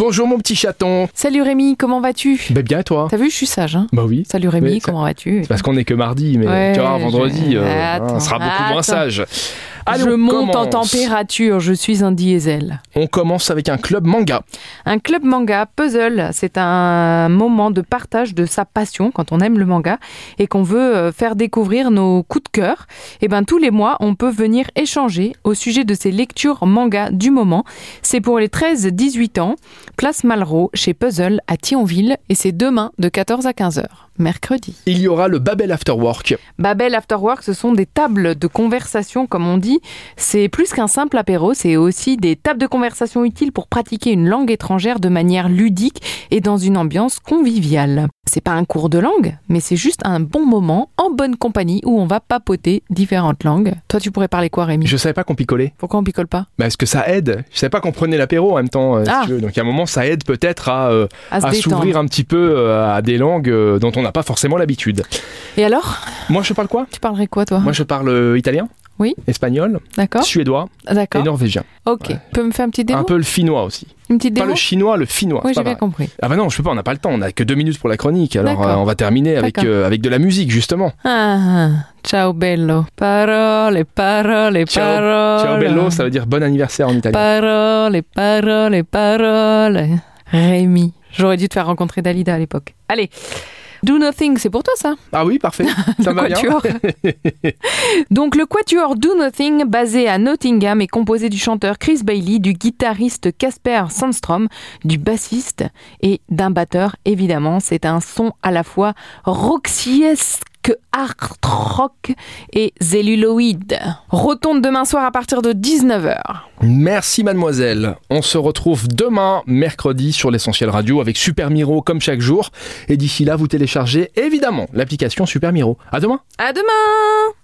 Bonjour mon petit chaton. Salut Rémi, comment vas-tu ? Bien et toi ? T'as vu, je suis sage, hein ? Bah oui. Salut Rémi, Mais comment vas-tu ? C'est parce qu'on est que mardi, mais Ouais, tu vois, vendredi, on sera beaucoup moins attends. sage. Allez, Je on monte en commence. température, je suis un diesel. On commence avec un club manga. Un club manga puzzle, c'est un moment de partage de sa passion quand on aime le manga et qu'on veut faire découvrir nos coups de cœur. Et ben tous les mois, on peut venir échanger au sujet de ces lectures manga du moment. C'est pour les 13-18 ans, place Malraux chez Puzzle à Thionville et c'est demain de 14 à 15h, mercredi. Il y aura le Babel After Work. Babel After Work, ce sont des tables de conversation, comme on dit. C'est plus qu'un simple apéro, c'est aussi des tables de conversation utiles pour pratiquer une langue étrangère de manière ludique et dans une ambiance conviviale. C'est pas un cours de langue, mais c'est juste un bon moment en bonne compagnie où on va papoter différentes langues. Toi, tu pourrais parler quoi, Rémi ? Je savais pas qu'on picolait. Pourquoi on picole pas ? Parce que ça aide. Je savais pas qu'on prenait l'apéro en même temps. Si Ah. tu veux. Donc à un moment, ça aide peut-être à se s'ouvrir détendre. un petit peu à des langues dont on n'a pas forcément l'habitude. Et alors ? Moi, je parle quoi ? Tu parlerais quoi, toi ? Moi, je parle italien. Oui. Espagnol, D'accord. suédois et D'accord. norvégien. Ok. Ouais. Tu peux me faire une petite démo ? Un peu le finnois aussi. Une petite Pas démo ? le chinois, le finnois. Oui, c'est j'ai pas bien pareil. compris. Ah bah non, je peux pas, on n'a pas le temps, on a que 2 minutes pour la chronique, alors D'accord. on va terminer avec de la musique justement. Ah, ciao bello. Parole, parole, Ciao, parole. ciao bello, ça veut dire bon anniversaire en italien. Parole, parole, parole. Rémi, j'aurais dû te faire rencontrer Dalida à l'époque. Allez, Do Nothing, c'est pour toi ça ? Ah oui, parfait, ça Le va bien. quatuor. Donc le quatuor Do Nothing, basé à Nottingham, est composé du chanteur Chris Bailey, du guitariste Casper Sandstrom, du bassiste et d'un batteur, évidemment. C'est un son à la fois roxiesque, art rock et celluloïde. Retourne demain soir à partir de 19h. Merci mademoiselle, on se retrouve demain, mercredi, sur l'Essentiel Radio avec Super Miro comme chaque jour. Et d'ici là, vous téléchargez évidemment l'application Super Miro. À demain. À demain!